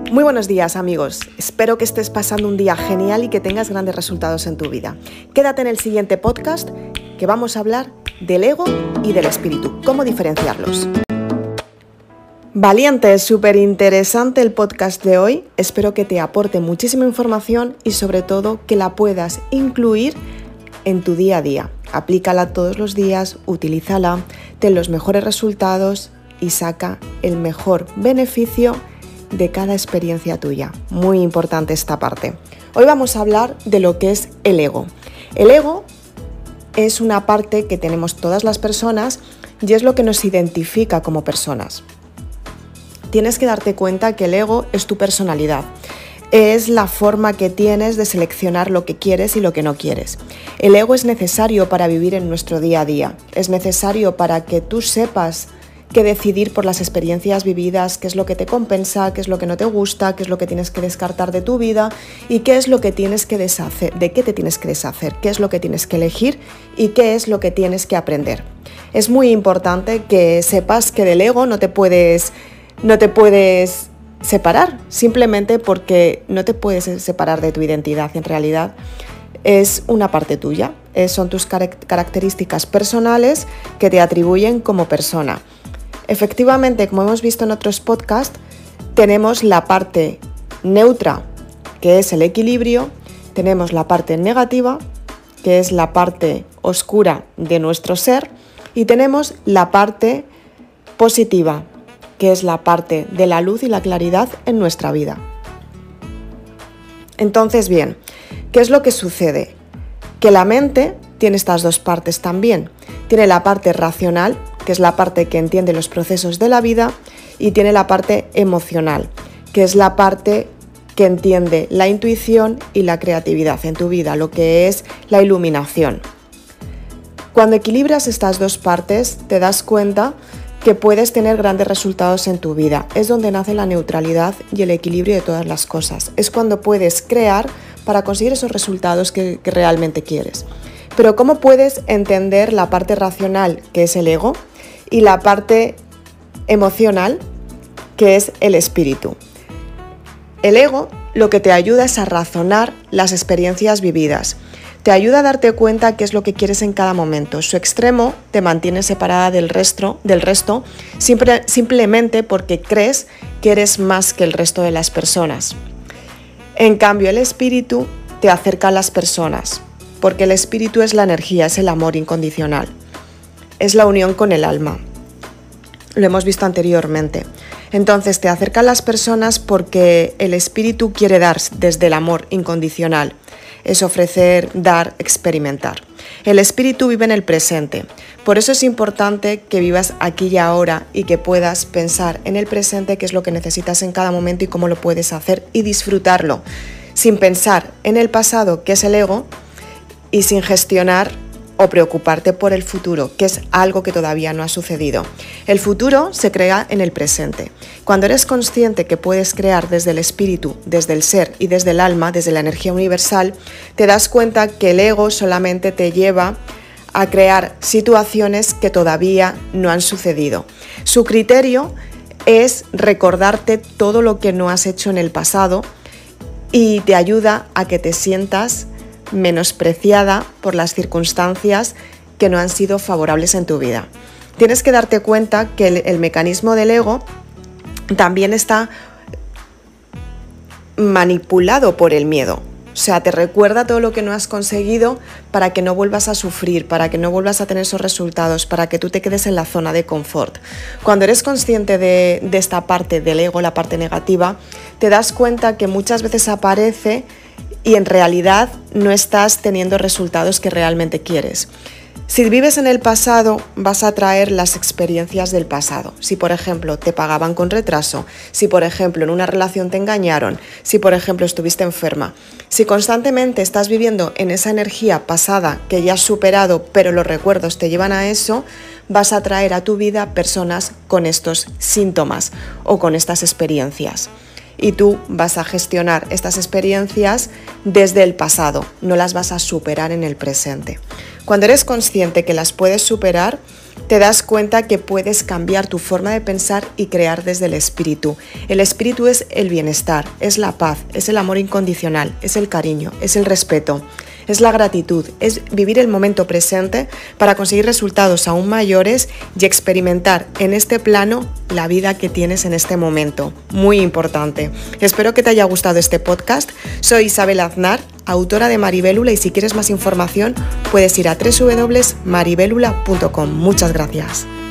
Muy buenos días, amigos. Espero que estés pasando un día genial y que tengas grandes resultados en tu vida. Quédate en el siguiente podcast que vamos a hablar del ego y del espíritu, cómo diferenciarlos. Valiente, súper interesante el podcast de hoy. Espero que te aporte muchísima información y sobre todo que la puedas incluir en tu día a día. Aplícala todos los días, utilízala, ten los mejores resultados y saca el mejor beneficio de cada experiencia tuya. Muy importante esta parte. Hoy vamos a hablar de lo que es el ego. El ego es una parte que tenemos todas las personas y es lo que nos identifica como personas. Tienes que darte cuenta que el ego es tu personalidad. Es la forma que tienes de seleccionar lo que quieres y lo que no quieres. El ego es necesario para vivir en nuestro día a día. Es necesario para que tú sepas qué decidir por las experiencias vividas, qué es lo que te compensa, qué es lo que no te gusta, qué es lo que tienes que descartar de tu vida y qué es lo que tienes que deshacer, de qué te tienes que deshacer, qué es lo que tienes que elegir y qué es lo que tienes que aprender. Es muy importante que sepas que del ego no te puedes separar, simplemente porque no te puedes separar de tu identidad. En realidad es una parte tuya, son tus características personales que te atribuyen como persona. Efectivamente, como hemos visto en otros podcasts, tenemos la parte neutra, que es el equilibrio, tenemos la parte negativa, que es la parte oscura de nuestro ser, y tenemos la parte positiva, que es la parte de la luz y la claridad en nuestra vida. Entonces, bien, ¿qué es lo que sucede? Que la mente tiene estas dos partes también. Tiene la parte racional, que es la parte que entiende los procesos de la vida, y tiene la parte emocional, que es la parte que entiende la intuición y la creatividad en tu vida, lo que es la iluminación. Cuando equilibras estas dos partes, te das cuenta que puedes tener grandes resultados en tu vida. Es donde nace la neutralidad y el equilibrio de todas las cosas. Es cuando puedes crear para conseguir esos resultados que realmente quieres. Pero ¿cómo puedes entender la parte racional, que es el ego, y la parte emocional, que es el espíritu? El ego lo que te ayuda es a razonar las experiencias vividas. Te ayuda a darte cuenta qué es lo que quieres en cada momento. Su extremo te mantiene separada del resto simplemente porque crees que eres más que el resto de las personas. En cambio, el espíritu te acerca a las personas, porque el espíritu es la energía, es el amor incondicional. Es la unión con el alma. Lo hemos visto anteriormente. Entonces te acerca a las personas porque el espíritu quiere dar desde el amor incondicional. Es ofrecer, dar, experimentar. El espíritu vive en el presente. Por eso es importante que vivas aquí y ahora y que puedas pensar en el presente qué es lo que necesitas en cada momento y cómo lo puedes hacer y disfrutarlo, sin pensar en el pasado, que es el ego, y sin gestionar o preocuparte por el futuro, que es algo que todavía no ha sucedido. El futuro se crea en el presente. Cuando eres consciente que puedes crear desde el espíritu, desde el ser y desde el alma, desde la energía universal, te das cuenta que el ego solamente te lleva a crear situaciones que todavía no han sucedido. Su criterio es recordarte todo lo que no has hecho en el pasado y te ayuda a que te sientas menospreciada por las circunstancias que no han sido favorables en tu vida. Tienes que darte cuenta que el mecanismo del ego también está manipulado por el miedo. O sea, te recuerda todo lo que no has conseguido para que no vuelvas a sufrir, para que no vuelvas a tener esos resultados, para que tú te quedes en la zona de confort. Cuando eres consciente de esta parte del ego, la parte negativa, te das cuenta que muchas veces aparece y en realidad no estás teniendo resultados que realmente quieres. Si vives en el pasado, vas a traer las experiencias del pasado. Si, por ejemplo, te pagaban con retraso, si, por ejemplo, en una relación te engañaron, si, por ejemplo, estuviste enferma. Si constantemente estás viviendo en esa energía pasada que ya has superado, pero los recuerdos te llevan a eso, vas a traer a tu vida personas con estos síntomas o con estas experiencias. y tú vas a gestionar estas experiencias desde el pasado, no las vas a superar en el presente. Cuando eres consciente que las puedes superar, te das cuenta que puedes cambiar tu forma de pensar y crear desde el espíritu. El espíritu es el bienestar, es la paz, es el amor incondicional, es el cariño, es el respeto, es la gratitud, es vivir el momento presente para conseguir resultados aún mayores y experimentar en este plano la vida que tienes en este momento. Muy importante. Espero que te haya gustado este podcast. Soy Isabel Aznar, autora de Maribélula, y si quieres más información puedes ir a www.maribelula.com. Muchas gracias.